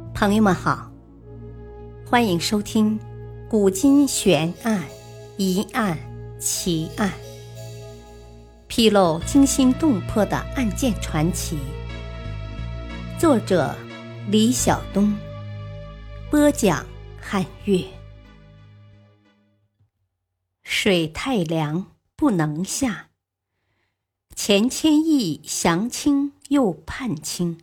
朋友们好，欢迎收听古今悬案、疑案、奇案，披露惊心动魄的案件传奇。作者李晓东，播讲汉月。水太凉，不能下。钱谦益降清又叛清。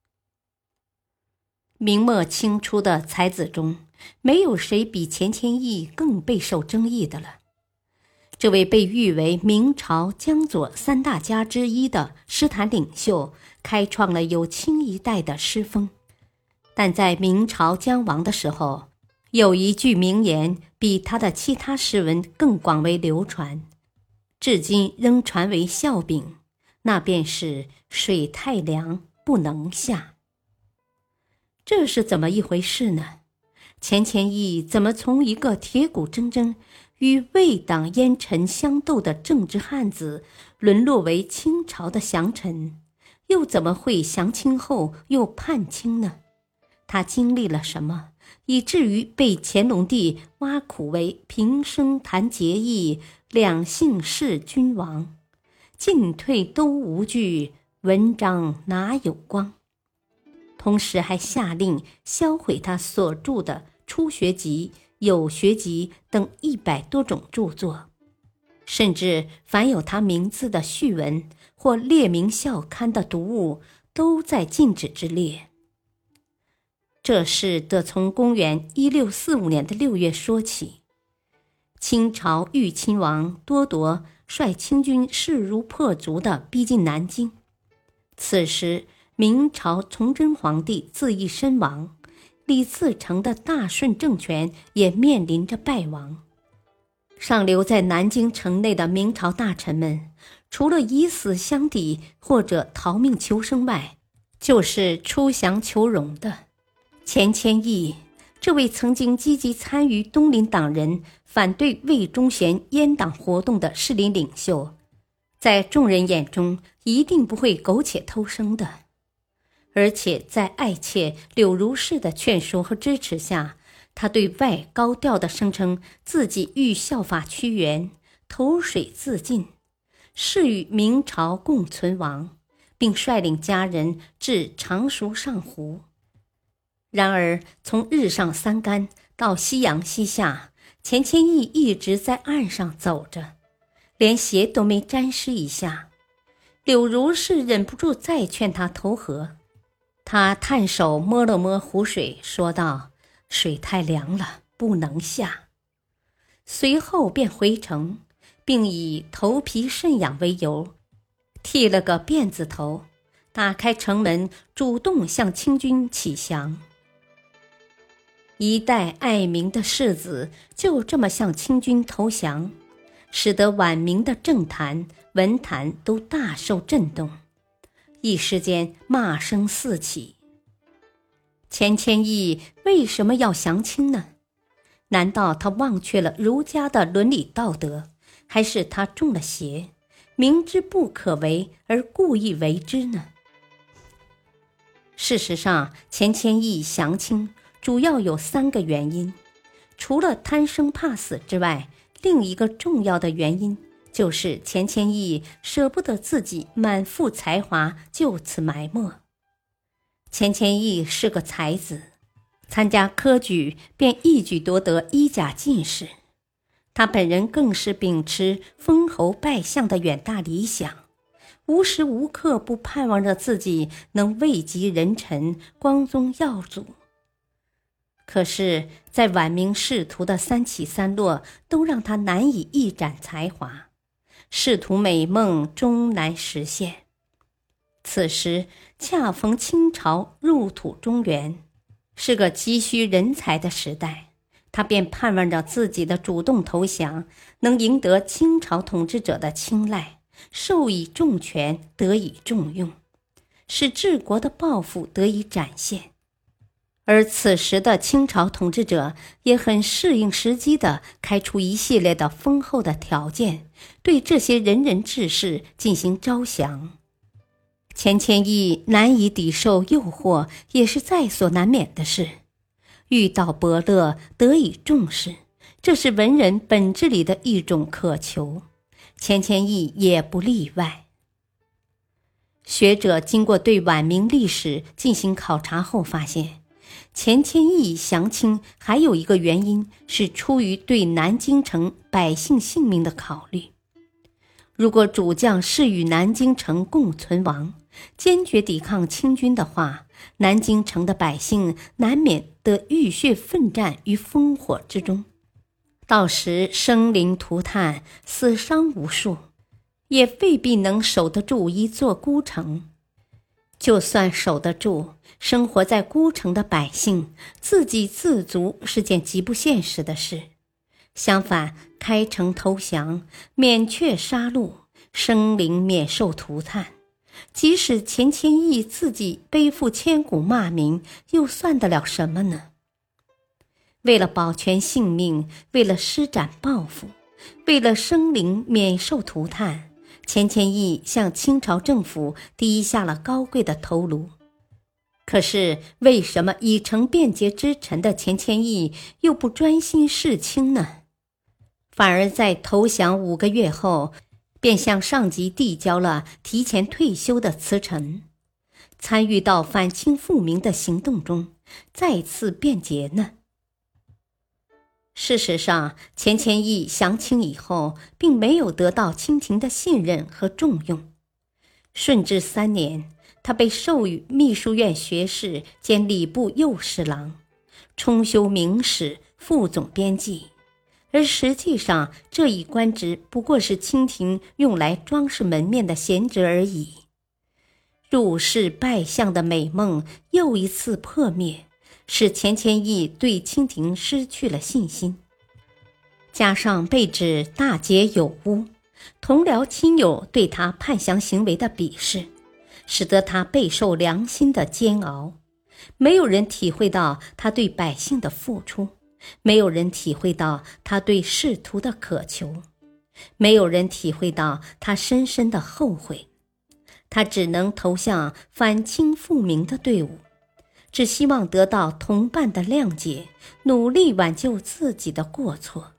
明末清初的才子中，没有谁比钱谦益更备受争议的了。这位被誉为明朝江左三大家之一的诗坛领袖，开创了有清一代的诗风。但在明朝将亡的时候，有一句名言比他的其他诗文更广为流传，至今仍传为笑柄，那便是水太凉，不能下。这是怎么一回事呢？钱谦益怎么从一个铁骨铮铮与魏党烟尘相斗的政治汉子，沦落为清朝的降臣？又怎么会降清后又叛清呢？他经历了什么，以至于被乾隆帝挖苦为平生谈节义，两姓弑君王，进退都无据，文章哪有光？同时还下令销毁他所著的初学集、有学集等100多种著作，甚至凡有他名字的序文或列明校刊的读物，都在禁止之列。这事得从公元1645年的6月说起。清朝豫亲王多铎率清军势如破竹地逼近南京，此时明朝崇祯皇帝自缢身亡，李自成的大顺政权也面临着败亡。尚留在南京城内的明朝大臣们，除了以死相抵或者逃命求生外，就是出降求荣的。钱谦益这位曾经积极参与东林党人反对魏忠贤阉党活动的士林领袖，在众人眼中一定不会苟且偷生的。而且在爱妾柳如是的劝说和支持下，他对外高调地声称自己欲效法屈原，投水自尽，誓与明朝共存亡，并率领家人至常熟上湖。然而从日上三竿到夕阳西下，钱谦益一直在岸上走着，连鞋都没沾湿一下。柳如是忍不住再劝他投河，他探手摸了摸湖水，说道：“水太凉了，不能下。”随后便回城，并以头皮甚痒为由，剃了个辫子头，打开城门，主动向清军乞降。一代爱民的士子就这么向清军投降，使得晚明的政坛、文坛都大受震动，一时间骂声四起。钱谦益为什么要降清呢？难道他忘却了儒家的伦理道德，还是他中了邪，明知不可为而故意为之呢？事实上，钱谦益降清主要有3个原因，除了贪生怕死之外，另一个重要的原因就是钱谦益舍不得自己满腹才华就此埋没。钱谦益是个才子，参加科举便一举夺得1甲进士，他本人更是秉持封侯拜相的远大理想，无时无刻不盼望着自己能位极人臣，光宗耀祖。可是在晚明仕途的3起3落，都让他难以一展才华，仕途美梦终难实现。此时恰逢清朝入土中原，是个急需人才的时代，他便盼望着自己的主动投降能赢得清朝统治者的青睐，受以重权，得以重用，使治国的抱负得以展现。而此时的清朝统治者也很适应时机地开出一系列的丰厚的条件，对这些仁人志士进行招降。 钱谦益难以抵受诱惑，也是在所难免的事。遇到伯乐，得以重视，这是文人本质里的一种渴求，钱谦益也不例外。学者经过对晚明历史进行考察后发现，钱谦益降清还有一个原因是出于对南京城百姓性命的考虑。如果主将是与南京城共存亡，坚决抵抗清军的话，南京城的百姓难免得浴血奋战于烽火之中，到时生灵涂炭，死伤无数，也未必能守得住一座孤城。就算守得住，生活在孤城的百姓自给自足是件极不现实的事。相反，开城投降，免却杀戮，生灵免受涂炭，即使钱谦益自己背负千古骂名，又算得了什么呢？为了保全性命，为了施展抱负，为了生灵免受涂炭，钱谦益向清朝政府低下了高贵的头颅。可是为什么已成变节之臣的钱谦益又不专心事清呢？反而在投降5个月后，便向上级递交了提前退休的辞呈，参与到反清复明的行动中，再次变节呢？事实上，钱谦益降清以后，并没有得到清廷的信任和重用。顺治3年，他被授予秘书院学士兼礼部右侍郎，充修明史，副总编辑。而实际上，这一官职不过是清廷用来装饰门面的闲职而已。入仕拜相的美梦又一次破灭，使钱谦益对清廷失去了信心。加上被指大节有污，同僚亲友对他叛降行为的鄙视，使得他备受良心的煎熬。没有人体会到他对百姓的付出，没有人体会到他对仕途的渴求，没有人体会到他深深的后悔。他只能投向反清复明的队伍，只希望得到同伴的谅解，努力挽救自己的过错。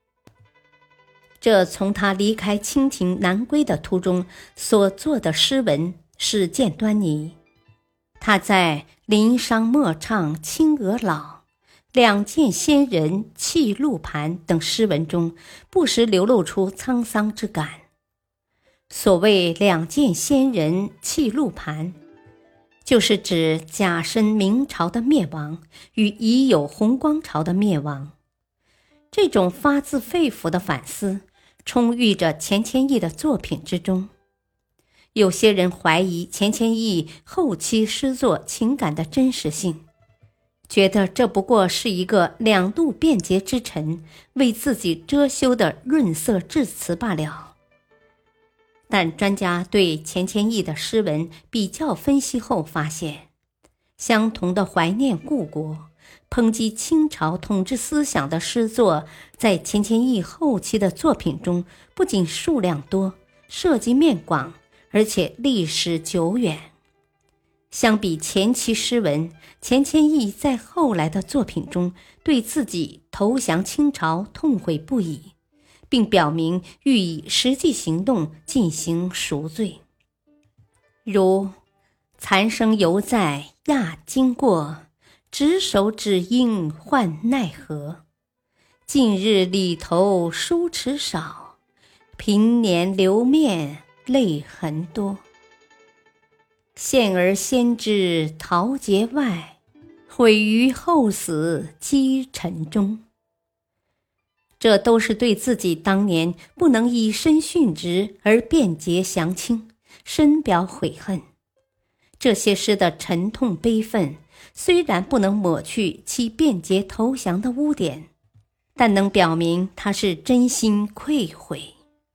这从他离开清廷南归的途中所作的诗文是见端倪。他在临觞莫唱青娥老，两见仙人泣露盘等诗文中，不时流露出沧桑之感。所谓两见仙人泣露盘，就是指甲申明朝的灭亡与乙酉弘光朝的灭亡。这种发自肺腑的反思充溢着钱谦益的作品之中。有些人怀疑钱谦益后期诗作情感的真实性，觉得这不过是一个2度变节之臣为自己遮羞的润色致辞罢了。但专家对钱谦益的诗文比较分析后发现，相同的怀念故国、抨击清朝统治思想的诗作，在钱谦益后期的作品中不仅数量多，涉及面广，而且历史久远。相比前期诗文，钱谦益在后来的作品中对自己投降清朝痛悔不已，并表明欲以实际行动进行赎罪。如残生犹在亚经过，执手指应患奈何，近日里头疏齿少，平年留面泪痕多。现而先知桃节外，毁于后死积尘中。这都是对自己当年不能以身殉职而变节降清，深表悔恨。这些诗的沉痛悲愤，虽然不能抹去其变节投降的污点，但能表明他是真心愧悔。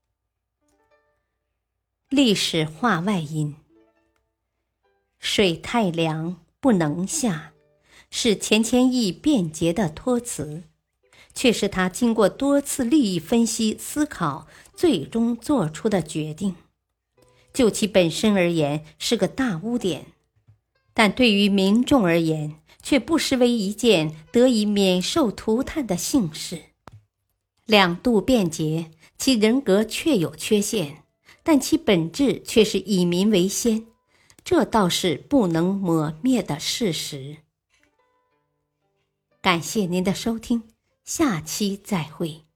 历史话外音：水太凉不能下，是钱谦益变节的托词，却是他经过多次利益分析思考最终做出的决定。 就其本身而言是个大污点，但对于民众而言，却不失为一件得以免受涂炭的幸事。两度便捷，其人格确有缺陷，但其本质却是以民为先，这倒是不能抹灭的事实。感谢您的收听，下期再会。